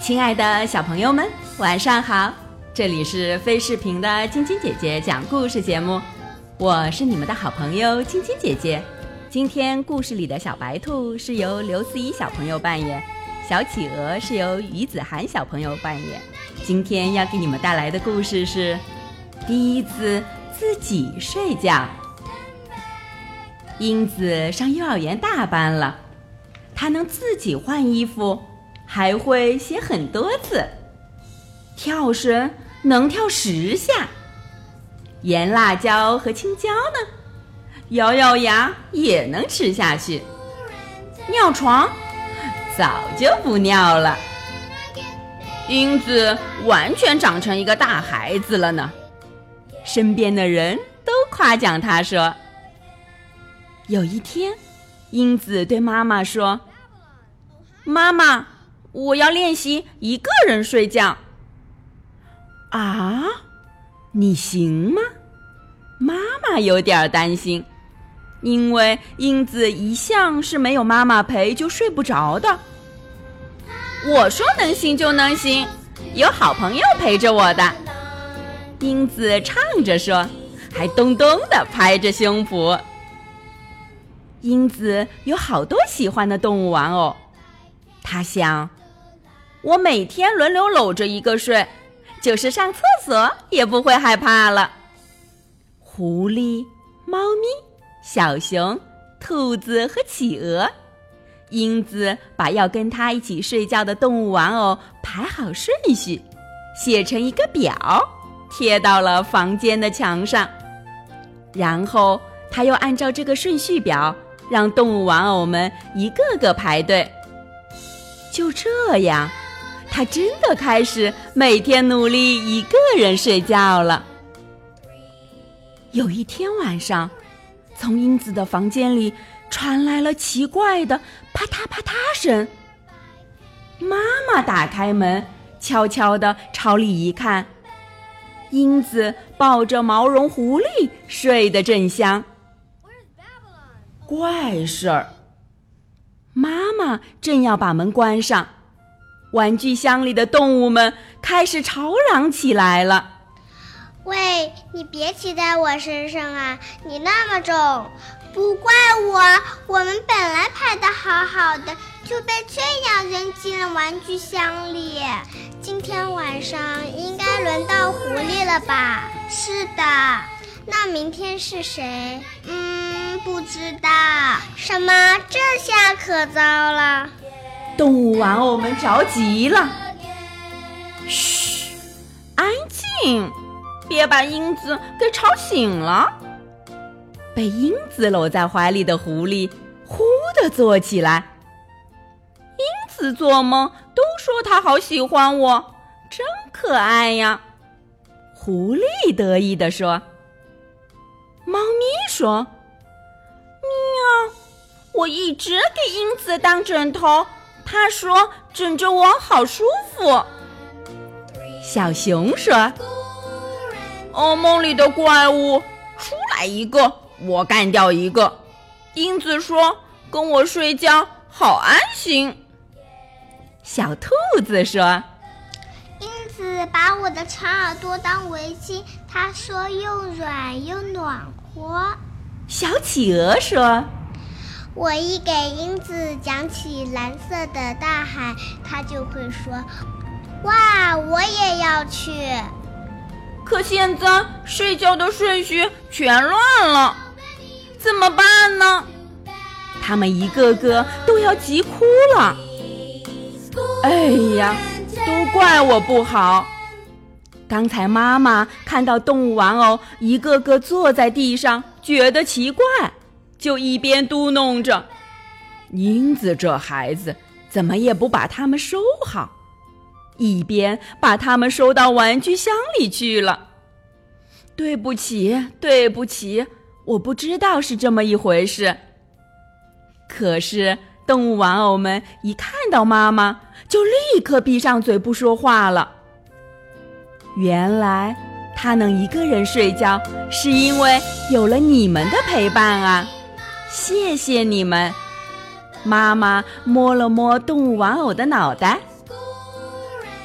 亲爱的小朋友们，晚上好！这里是飞视频的晶晶姐姐讲故事节目，我是你们的好朋友晶晶姐姐。今天故事里的小白兔是由刘思怡小朋友扮演，小企鹅是由于子涵小朋友扮演。今天要给你们带来的故事是第一次自己睡觉。英子上幼儿园大班了，她能自己换衣服，还会写很多次，跳绳能跳10下，盐辣椒和青椒呢，咬咬牙也能吃下去，尿床早就不尿了。英子完全长成一个大孩子了呢，身边的人都夸奖她说。有一天，英子对妈妈说：妈妈，我要练习一个人睡觉。啊，你行吗？妈妈有点担心，因为英子一向是没有妈妈陪就睡不着的。我说能行就能行，有好朋友陪着我的。英子唱着说，还咚咚地拍着胸脯。英子有好多喜欢的动物玩偶，她想，我每天轮流搂着一个睡，就是上厕所也不会害怕了。狐狸、猫咪、小熊、兔子和企鹅，英子把要跟她一起睡觉的动物玩偶排好顺序，写成一个表，贴到了房间的墙上。然后她又按照这个顺序表，让动物玩偶们一个个排队。就这样，她真的开始每天努力一个人睡觉了。有一天晚上，从英子的房间里传来了奇怪的啪嗒啪嗒声。妈妈打开门，悄悄地朝里一看，英子抱着毛绒狐狸睡得正香。怪事儿！妈妈正要把门关上，玩具箱里的动物们开始吵嚷起来了。 喂，你别骑在我身上啊，你那么重。不怪我们本来排得好好的，就被这样扔进了玩具箱里。今天晚上应该轮到狐狸了吧？是的。那明天是谁？不知道。什么？这下可糟了！ 动物玩偶们着急了。嘘，安静，别把英子给吵醒了。被英子搂在怀里的狐狸忽地坐起来。英子做梦都说她好喜欢我，真可爱呀。狐狸得意地说。猫咪说，喵，我一直给英子当枕头，她说枕着我好舒服。小熊说，梦里的怪物出来一个，我干掉一个。英子说，跟我睡觉好安心。小兔子说， 英子把我的长耳朵当围巾，她说又软又暖和。 小企鹅说， 我一给英子讲起蓝色的大海，她就会说，哇，我也要去。 可现在睡觉的顺序全乱了，怎么办呢？他们一个个都要急哭了。哎呀，都怪我不好。刚才妈妈看到动物玩偶一个个坐在地上，觉得奇怪，就一边嘟哝着，英子这孩子怎么也不把它们收好，一边把它们收到玩具箱里去了。对不起，对不起，我不知道是这么一回事。可是动物玩偶们一看到妈妈，就立刻闭上嘴不说话了。原来她能一个人睡觉，是因为有了你们的陪伴啊！谢谢你们。妈妈摸了摸动物玩偶的脑袋，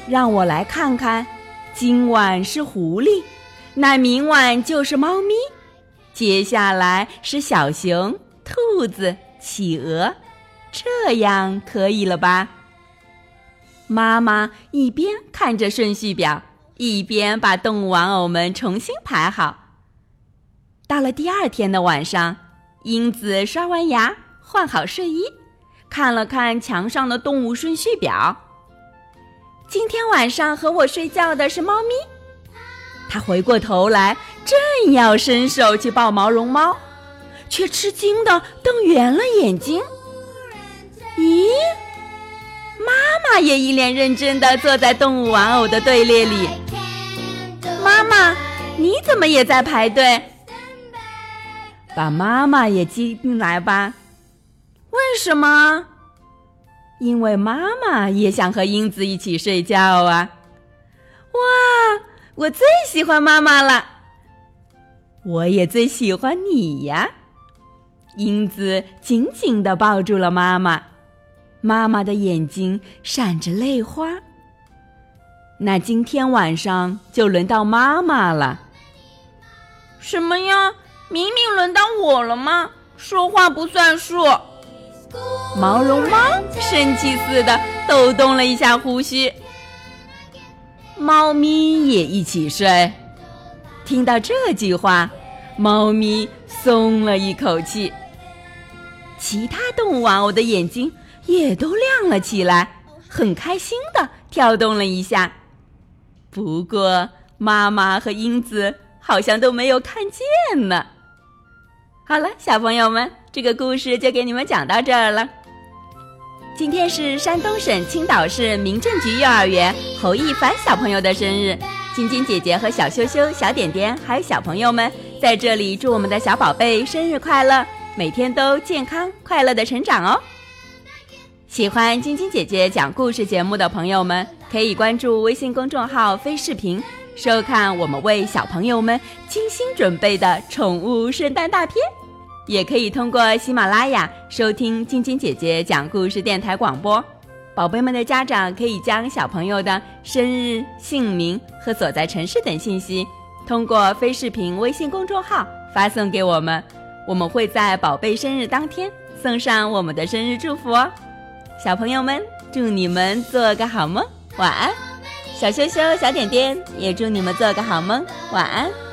让我来看看，今晚是狐狸，那明晚就是猫咪，接下来是小熊、兔子、企鹅，这样可以了吧？妈妈一边看着顺序表，一边把动物玩偶们重新排好。到了第二天的晚上，英子刷完牙，换好睡衣，看了看墙上的动物顺序表。今天晚上和我睡觉的是猫咪。她回过头来，正要伸手去抱毛绒猫，却吃惊地瞪圆了眼睛。咦，妈妈也一脸认真地坐在动物玩偶的队列里。妈妈，你怎么也在排队？把妈妈也进来吧。为什么？因为妈妈也想和英子一起睡觉啊。哇，我最喜欢妈妈了。我也最喜欢你呀。英子紧紧地抱住了妈妈，妈妈的眼睛闪着泪花。那今天晚上就轮到妈妈了。什么呀？明明轮到我了吗？说话不算数。毛绒猫生气似的抖动了一下胡须。猫咪也一起睡。听到这句话，猫咪松了一口气。其他动物玩偶的眼睛也都亮了起来，很开心地跳动了一下。不过妈妈和英子好像都没有看见呢。好了，小朋友们，这个故事就给你们讲到这儿了。今天是山东省青岛市民政局幼儿园侯一凡小朋友的生日，晶晶姐姐和小羞羞、小点点还有小朋友们在这里祝我们的小宝贝生日快乐，每天都健康快乐的成长哦。喜欢晶晶姐姐讲故事节目的朋友们，可以关注微信公众号飞视频，收看我们为小朋友们精心准备的宠物圣诞大片，也可以通过喜马拉雅收听晶晶姐姐讲故事电台广播。宝贝们的家长可以将小朋友的生日、姓名和所在城市等信息通过飞视频微信公众号发送给我们，我们会在宝贝生日当天送上我们的生日祝福哦。小朋友们，祝你们做个好梦，晚安。小羞羞、小点点也祝你们做个好梦，晚安。